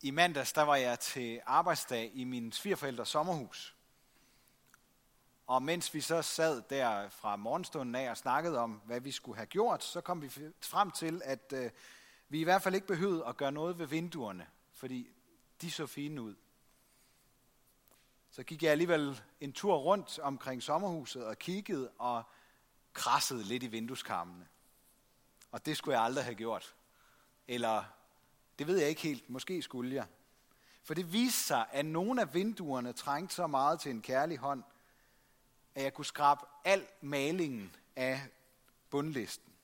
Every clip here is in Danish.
I mandags, der var jeg til arbejdsdag i min svigerforældres sommerhus. Og mens vi så sad der fra morgenstunden af og snakkede om, hvad vi skulle have gjort, så kom vi frem til, at vi i hvert fald ikke behøvede at gøre noget ved vinduerne, fordi de så fine ud. Så gik jeg alligevel en tur rundt omkring sommerhuset og kiggede og krassede lidt i vindueskarmene. Og det skulle jeg aldrig have gjort. Eller, det ved jeg ikke helt, måske skulle jeg. For det viste sig, at nogle af vinduerne trængte så meget til en kærlig hånd, at jeg kunne skrabe al malingen af bundlisten.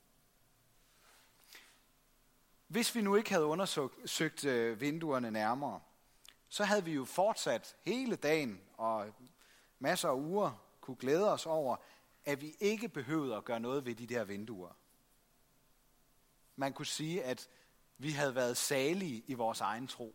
Hvis vi nu ikke havde undersøgt vinduerne nærmere, så havde vi jo fortsat hele dagen og masser af uger kunne glæde os over, at vi ikke behøvede at gøre noget ved de der vinduer. Man kunne sige, at vi havde været salige i vores egen tro.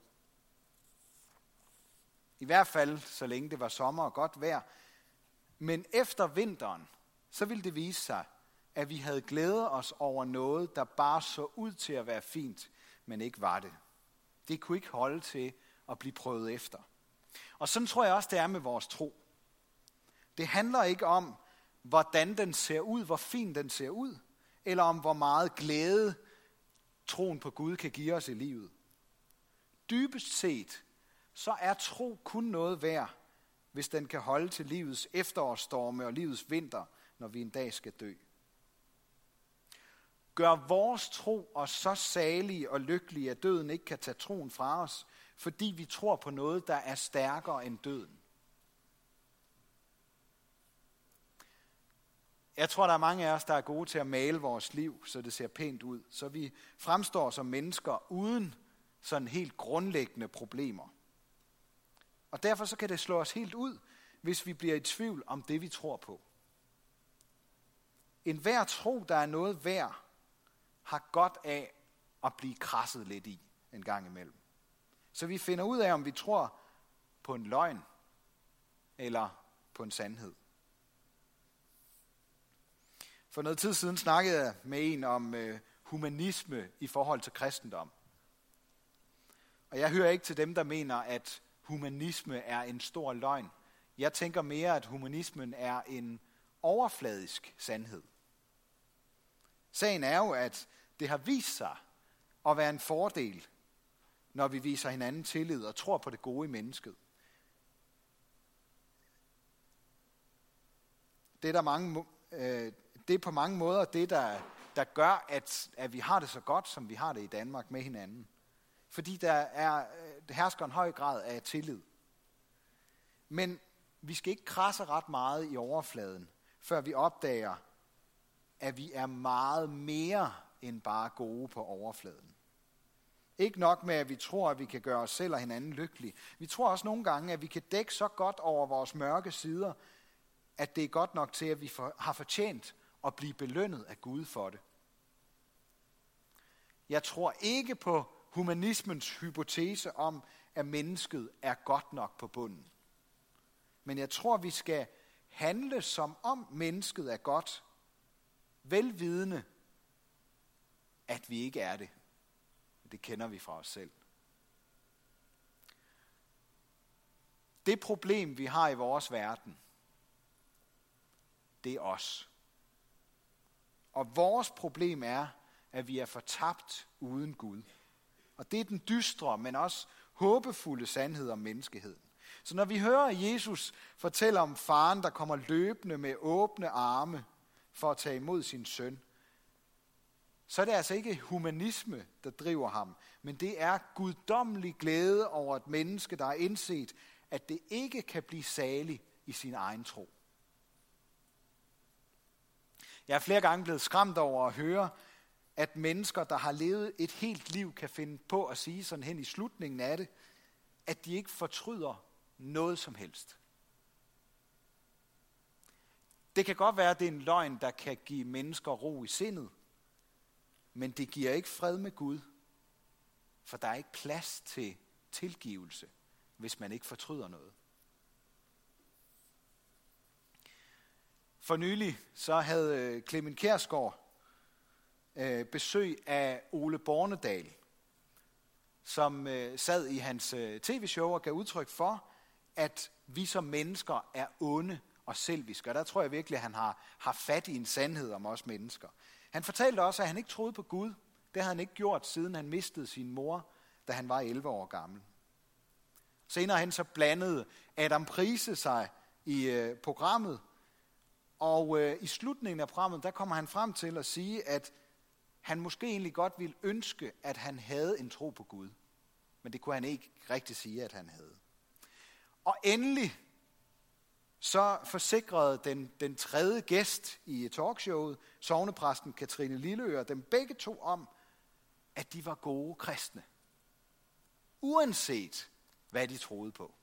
I hvert fald, så længe det var sommer og godt vejr. Men efter vinteren, så ville det vise sig, at vi havde glædet os over noget, der bare så ud til at være fint, men ikke var det. Det kunne ikke holde til at blive prøvet efter. Og sådan tror jeg også, det er med vores tro. Det handler ikke om, hvordan den ser ud, hvor fin den ser ud, eller om hvor meget glæde troen på Gud kan give os i livet. Dybest set, så er tro kun noget værd, hvis den kan holde til livets efterårsstorme og livets vinter, når vi en dag skal dø. Gør vores tro os så salige og lykkelige, at døden ikke kan tage troen fra os, fordi vi tror på noget, der er stærkere end døden. Jeg tror, der er mange af os, der er gode til at male vores liv, så det ser pænt ud, så vi fremstår som mennesker uden sådan helt grundlæggende problemer. Og derfor så kan det slå os helt ud, hvis vi bliver i tvivl om det, vi tror på. En hver tro, der er noget værd, har godt af at blive krasset lidt i en gang imellem. Så vi finder ud af, om vi tror på en løgn eller på en sandhed. For noget tid siden snakkede jeg med en om humanisme i forhold til kristendom. Og jeg hører ikke til dem, der mener, at humanisme er en stor løgn. Jeg tænker mere, at humanismen er en overfladisk sandhed. Sagen er jo, at det har vist sig at være en fordel, når vi viser hinanden tillid og tror på det gode i mennesket. Det er på mange måder det, der gør, at vi har det så godt, som vi har det i Danmark med hinanden. Fordi der hersker en høj grad af tillid. Men vi skal ikke krasse ret meget i overfladen, før vi opdager, at vi er meget mere end bare gode på overfladen. Ikke nok med, at vi tror, at vi kan gøre os selv og hinanden lykkelige. Vi tror også nogle gange, at vi kan dække så godt over vores mørke sider, at det er godt nok til, at vi har fortjent at blive belønnet af Gud for det. Jeg tror ikke på humanismens hypotese om, at mennesket er godt nok på bunden. Men jeg tror, vi skal handle som om mennesket er godt, velvidende, at vi ikke er det. Det kender vi fra os selv. Det problem, vi har i vores verden, det er os. Og vores problem er, at vi er fortabt uden Gud. Og det er den dystre, men også håbefulde sandhed om menneskeheden. Så når vi hører Jesus fortælle om faren, der kommer løbende med åbne arme for at tage imod sin søn, så er det altså ikke humanisme, der driver ham, men det er guddommelig glæde over et menneske, der har indset, at det ikke kan blive salig i sin egen tro. Jeg er flere gange blevet skræmt over at høre, at mennesker, der har levet et helt liv, kan finde på at sige sådan hen i slutningen af det, at de ikke fortryder noget som helst. Det kan godt være, at det er en løgn, der kan give mennesker ro i sindet, men det giver ikke fred med Gud, for der er ikke plads til tilgivelse, hvis man ikke fortryder noget. For nylig så havde Clement Kjærsgaard besøg af Ole Bornedal, som sad i hans tv-show og gav udtryk for, at vi som mennesker er onde og selviske. Og der tror jeg virkelig, at han har fat i en sandhed om os mennesker. Han fortalte også, at han ikke troede på Gud. Det havde han ikke gjort, siden han mistede sin mor, da han var 11 år gammel. Senere hen så blandede Adam Price sig i programmet, og i slutningen af programmet, der kommer han frem til at sige, at han måske egentlig godt ville ønske, at han havde en tro på Gud. Men det kunne han ikke rigtig sige, at han havde. Og endelig så forsikrede den tredje gæst i talkshowet, sognepræsten Katrine Lilleøre, dem begge to om, at de var gode kristne. Uanset hvad de troede på.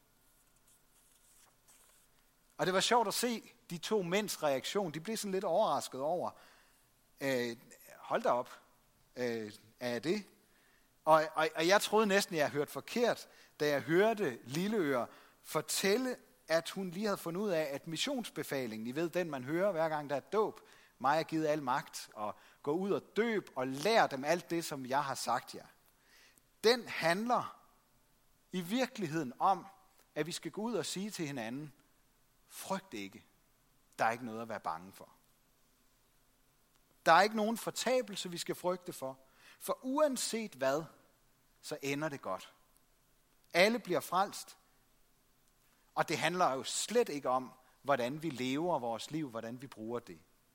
Og det var sjovt at se de to mænds reaktion. De blev sådan lidt overrasket over, hold da op, er det? Og jeg troede næsten, at jeg hørte forkert, da jeg hørte Lilleøre fortælle, at hun lige havde fundet ud af, at missionsbefalingen, I ved, den man hører hver gang der er dåb, mig har givet al magt, og gå ud og døb og lær dem alt det, som jeg har sagt jer. Den handler i virkeligheden om, at vi skal gå ud og sige til hinanden, frygt ikke, der er ikke noget at være bange for. Der er ikke nogen fortabelse, vi skal frygte for. For uanset hvad, så ender det godt. Alle bliver frelst. Og det handler jo slet ikke om, hvordan vi lever vores liv, hvordan vi bruger det.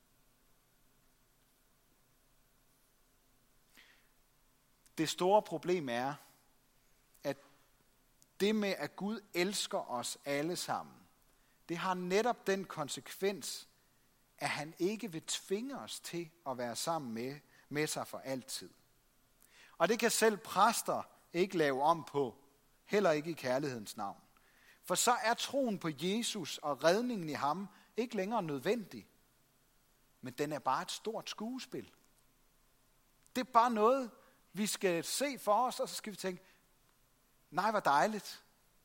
Det store problem er, at det med, at Gud elsker os alle sammen, det har netop den konsekvens, at han ikke vil tvinge os til at være sammen med sig for altid. Og det kan selv præster ikke lave om på, heller ikke i kærlighedens navn. For så er troen på Jesus og redningen i ham ikke længere nødvendig, men den er bare et stort skuespil. Det er bare noget, vi skal se for os, og så skal vi tænke, nej, hvor dejligt.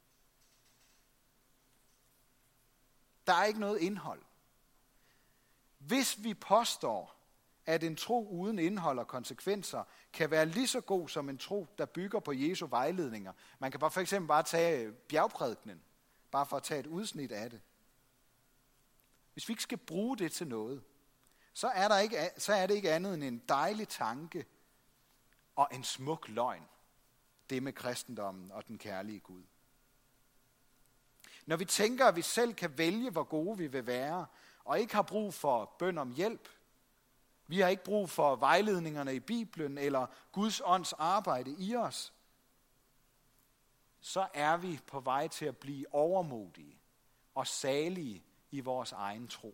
Der er ikke noget indhold. Hvis vi påstår, at en tro uden indhold og konsekvenser kan være lige så god som en tro, der bygger på Jesu vejledninger. Man kan for eksempel bare tage bjergprædikenen, bare for at tage et udsnit af det. Hvis vi ikke skal bruge det til noget, så er det ikke andet end en dejlig tanke og en smuk løgn. Det med kristendommen og den kærlige Gud. Når vi tænker, at vi selv kan vælge, hvor gode vi vil være, og ikke har brug for bøn om hjælp, vi har ikke brug for vejledningerne i Bibelen eller Guds ånds arbejde i os, så er vi på vej til at blive overmodige og salige i vores egen tro.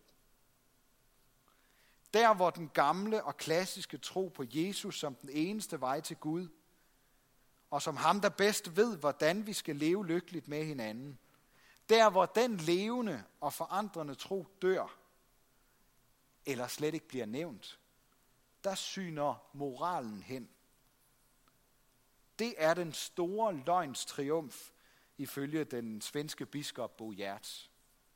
Der hvor den gamle og klassiske tro på Jesus som den eneste vej til Gud, og som ham der bedst ved, hvordan vi skal leve lykkeligt med hinanden, der hvor den levende og forandrende tro dør, eller slet ikke bliver nævnt, der syner moralen hen. Det er den store løgns triumf, ifølge den svenske biskop Bo Giertz.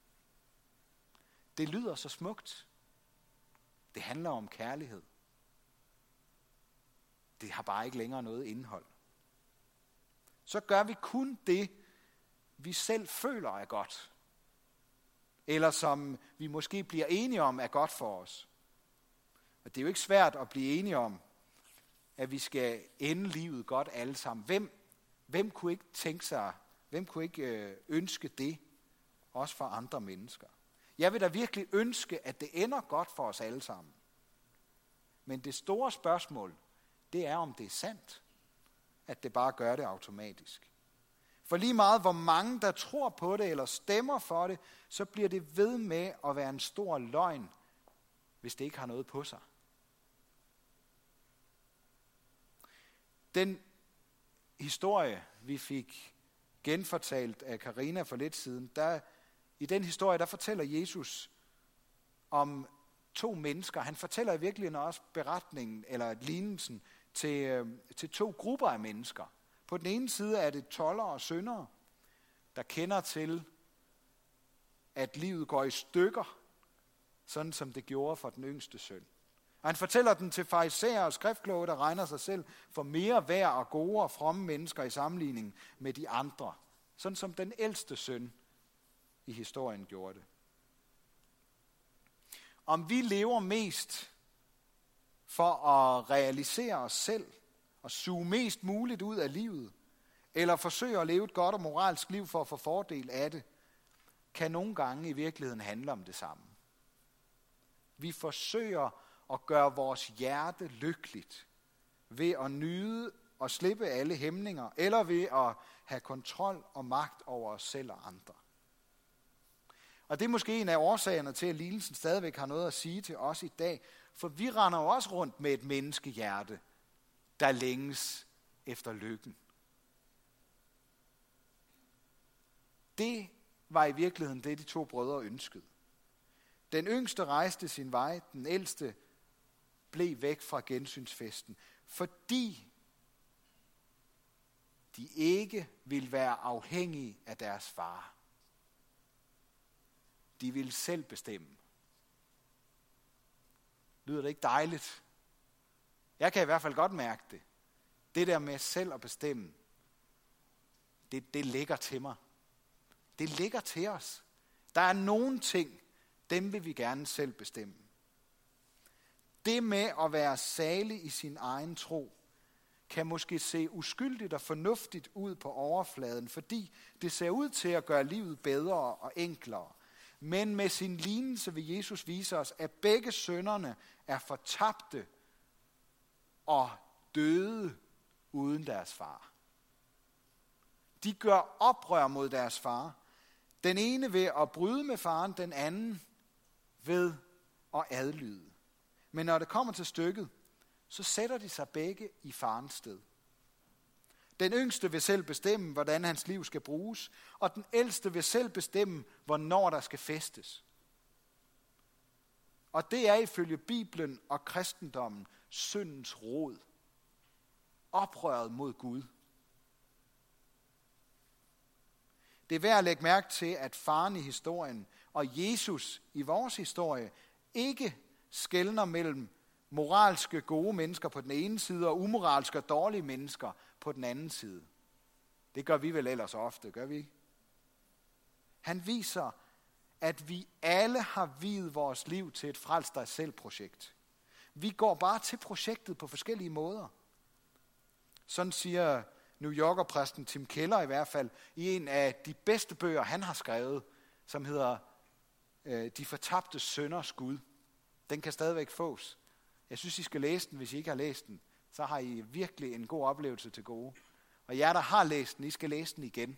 Det lyder så smukt. Det handler om kærlighed. Det har bare ikke længere noget indhold. Så gør vi kun det, vi selv føler er godt. Eller som vi måske bliver enige om er godt for os. Og det er jo ikke svært at blive enige om, at vi skal ende livet godt alle sammen. Hvem kunne ikke tænke sig, hvem kunne ikke ønske det, også for andre mennesker? Jeg vil da virkelig ønske, at det ender godt for os alle sammen. Men det store spørgsmål, det er, om det er sandt, at det bare gør det automatisk. For lige meget, hvor mange der tror på det eller stemmer for det, så bliver det ved med at være en stor løgn, hvis det ikke har noget på sig. Den historie, vi fik genfortalt af Karina for lidt siden, i den historie, der fortæller Jesus om to mennesker. Han fortæller i virkeligheden også beretningen, eller lignelsen, til to grupper af mennesker. På den ene side er det toldere og syndere, der kender til, at livet går i stykker, sådan som det gjorde for den yngste søn. Og han fortæller den til farisæere og skriftkloge, der regner sig selv for mere værd og gode og fromme mennesker i sammenligning med de andre. Sådan som den ældste søn i historien gjorde det. Om vi lever mest for at realisere os selv og suge mest muligt ud af livet, eller forsøge at leve et godt og moralsk liv for at få fordel af det, kan nogle gange i virkeligheden handle om det samme. Vi forsøger at gøre vores hjerte lykkeligt ved at nyde og slippe alle hæmninger, eller ved at have kontrol og magt over os selv og andre. Og det er måske en af årsagerne til, at lignelsen stadigvæk har noget at sige til os i dag, for vi render jo også rundt med et menneskehjerte, der længes efter lykken. Det var i virkeligheden det, de to brødre ønskede. Den yngste rejste sin vej, den ældste blev væk fra gensynsfesten, fordi de ikke ville være afhængige af deres far. De ville selv bestemme. Lyder det ikke dejligt? Jeg kan i hvert fald godt mærke det. Det der med selv at bestemme, det ligger til mig. Det ligger til os. Der er nogle ting, dem vil vi gerne selv bestemme. Det med at være salig i sin egen tro, kan måske se uskyldigt og fornuftigt ud på overfladen, fordi det ser ud til at gøre livet bedre og enklere. Men med sin lignelse vil Jesus vise os, at begge sønnerne er fortabte og døde uden deres far. De gør oprør mod deres far. Den ene ved at bryde med faren, den anden ved at adlyde. Men når det kommer til stykket, så sætter de sig begge i farens sted. Den yngste vil selv bestemme, hvordan hans liv skal bruges, og den ældste vil selv bestemme, hvornår der skal festes. Og det er ifølge Bibelen og kristendommen syndens rod. Oprøret mod Gud. Det er værd at lægge mærke til, at faren i historien og Jesus i vores historie ikke skelner mellem moralske gode mennesker på den ene side og umoralske og dårlige mennesker på den anden side. Det gør vi vel ellers ofte, gør vi ikke? Han viser, at vi alle har viet vores liv til et frels dig selv projekt. Vi går bare til projektet på forskellige måder. Sådan siger New Yorker-præsten Tim Keller i hvert fald i en af de bedste bøger, han har skrevet, som hedder De fortabte sønners Gud. Den kan stadigvæk fås. Jeg synes, I skal læse den, hvis I ikke har læst den. Så har I virkelig en god oplevelse til gode. Og jer, der har læst den, I skal læse den igen.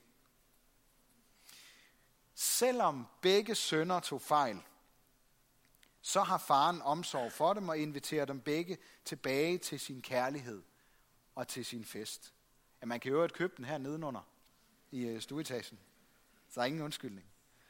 Selvom begge sønner tog fejl, så har faren omsorg for dem og inviterer dem begge tilbage til sin kærlighed og til sin fest. Ja, man kan jo købe den her nedenunder i stueetagen. Så der er ingen undskyldning.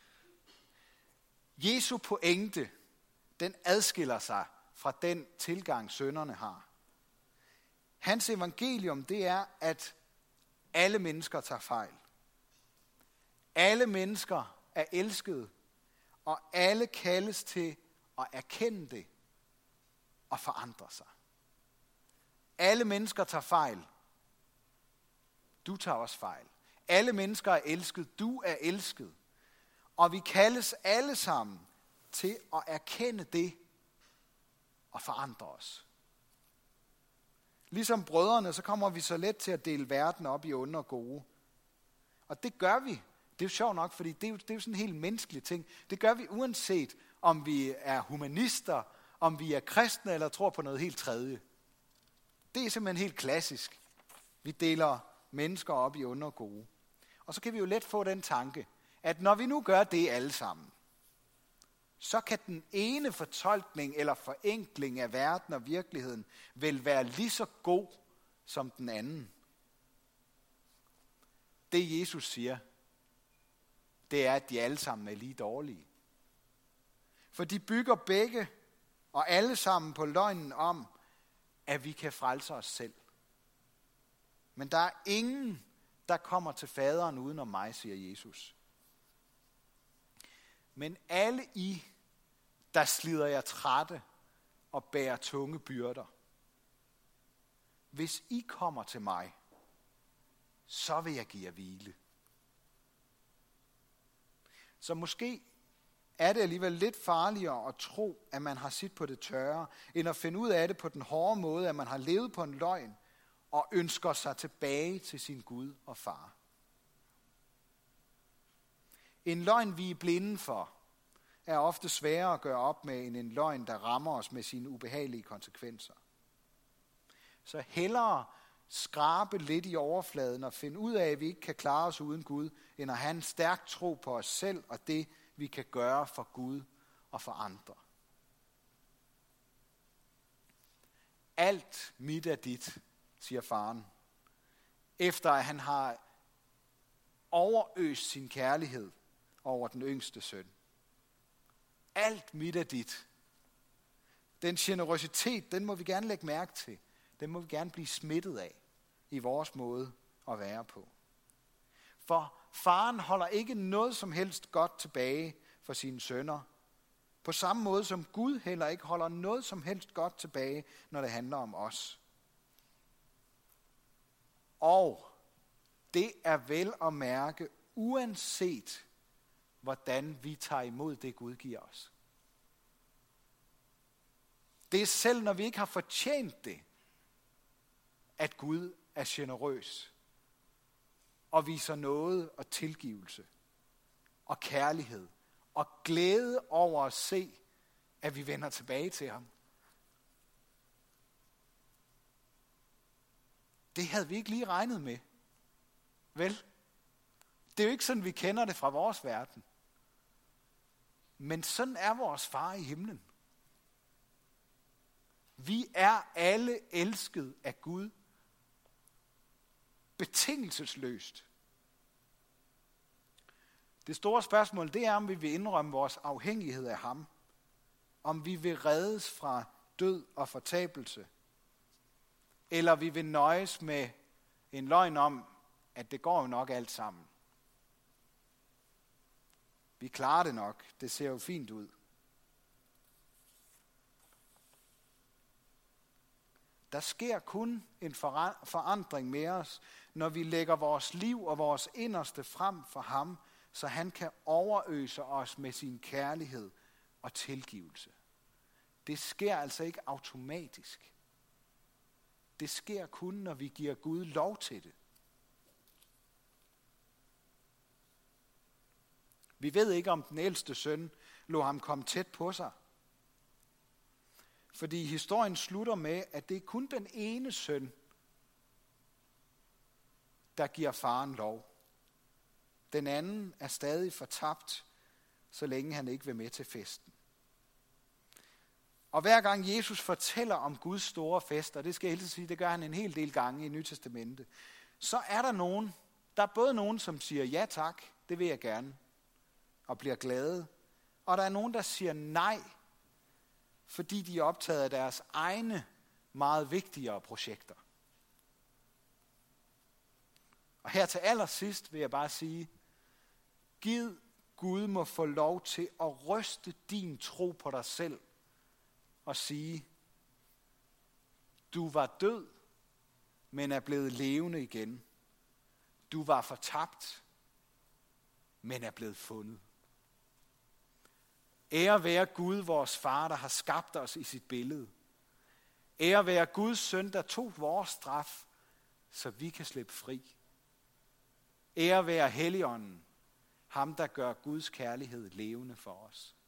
Jesu pointe, den adskiller sig fra den tilgang, sønnerne har. Hans evangelium, det er, at alle mennesker tager fejl. Alle mennesker er elskede, og alle kaldes til at erkende det og forandre sig. Alle mennesker tager fejl. Du tager også fejl. Alle mennesker er elsket. Du er elsket. Og vi kaldes alle sammen til at erkende det og forandre os. Ligesom brødrene, så kommer vi så let til at dele verden op i onde og gode. Og det gør vi. Det er jo sjovt nok, fordi det er jo sådan en helt menneskelig ting. Det gør vi uanset om vi er humanister, om vi er kristne eller tror på noget helt tredje. Det er simpelthen helt klassisk. Vi deler mennesker op i onde og gode. Og så kan vi jo let få den tanke, at når vi nu gør det alle sammen, så kan den ene fortolkning eller forenkling af verden og virkeligheden vel være lige så god som den anden. Det Jesus siger, det er, at de alle sammen er lige dårlige. For de bygger begge og alle sammen på løgnen om, at vi kan frelse os selv. Men der er ingen, der kommer til faderen uden om mig, siger Jesus. Men alle I, der slider jer trætte og bærer tunge byrder. Hvis I kommer til mig, så vil jeg give jer hvile. Så måske er det alligevel lidt farligere at tro, at man har sit på det tørre, end at finde ud af det på den hårde måde, at man har levet på en løgn og ønsker sig tilbage til sin Gud og far. En løgn, vi er blinde for, er ofte sværere at gøre op med, end en løgn, der rammer os med sine ubehagelige konsekvenser. Så hellere skrabe lidt i overfladen og finde ud af, at vi ikke kan klare os uden Gud, end at have en stærk tro på os selv og det, vi kan gøre for Gud og for andre. Alt mit er dit, siger faren, efter at han har overøst sin kærlighed over den yngste søn. Alt mit er dit. Den generøsitet, den må vi gerne lægge mærke til. Den må vi gerne blive smittet af i vores måde at være på. For faren holder ikke noget som helst godt tilbage for sine sønner. På samme måde som Gud heller ikke holder noget som helst godt tilbage, når det handler om os. Og det er vel at mærke, uanset hvordan vi tager imod det, Gud giver os. Det er selv, når vi ikke har fortjent det, at Gud er generøs og viser noget og tilgivelse og kærlighed og glæde over at se, at vi vender tilbage til ham. Det havde vi ikke lige regnet med. Vel? Det er jo ikke sådan, vi kender det fra vores verden. Men sådan er vores far i himlen. Vi er alle elsket af Gud. Betingelsesløst. Det store spørgsmål, det er, om vi vil indrømme vores afhængighed af ham. Om vi vil reddes fra død og fortabelse. Eller vi vil nøjes med en løgn om, at det går jo nok alt sammen. Vi klarer det nok. Det ser jo fint ud. Der sker kun en forandring med os, når vi lægger vores liv og vores inderste frem for ham, så han kan overøse os med sin kærlighed og tilgivelse. Det sker altså ikke automatisk. Det sker kun, når vi giver Gud lov til det. Vi ved ikke, om den ældste søn lod ham komme tæt på sig. Fordi historien slutter med, at det er kun den ene søn, der giver faren lov. Den anden er stadig fortabt, så længe han ikke vil med til festen. Og hver gang Jesus fortæller om Guds store fest, og det skal jeg helst sige, det gør han en hel del gange i Nye Testamente, så er der er både nogen, som siger ja tak, det vil jeg gerne, og bliver glade. Og der er nogen, der siger nej, fordi de er optaget af deres egne meget vigtigere projekter. Og her til allersidst vil jeg bare sige, gid Gud må få lov til at ryste din tro på dig selv og sige, du var død, men er blevet levende igen. Du var fortabt, men er blevet fundet. Ære være Gud, vores far, der har skabt os i sit billede. Ære være Guds søn, der tog vores straf, så vi kan slippe fri. Ære være Helligånden, ham der gør Guds kærlighed levende for os.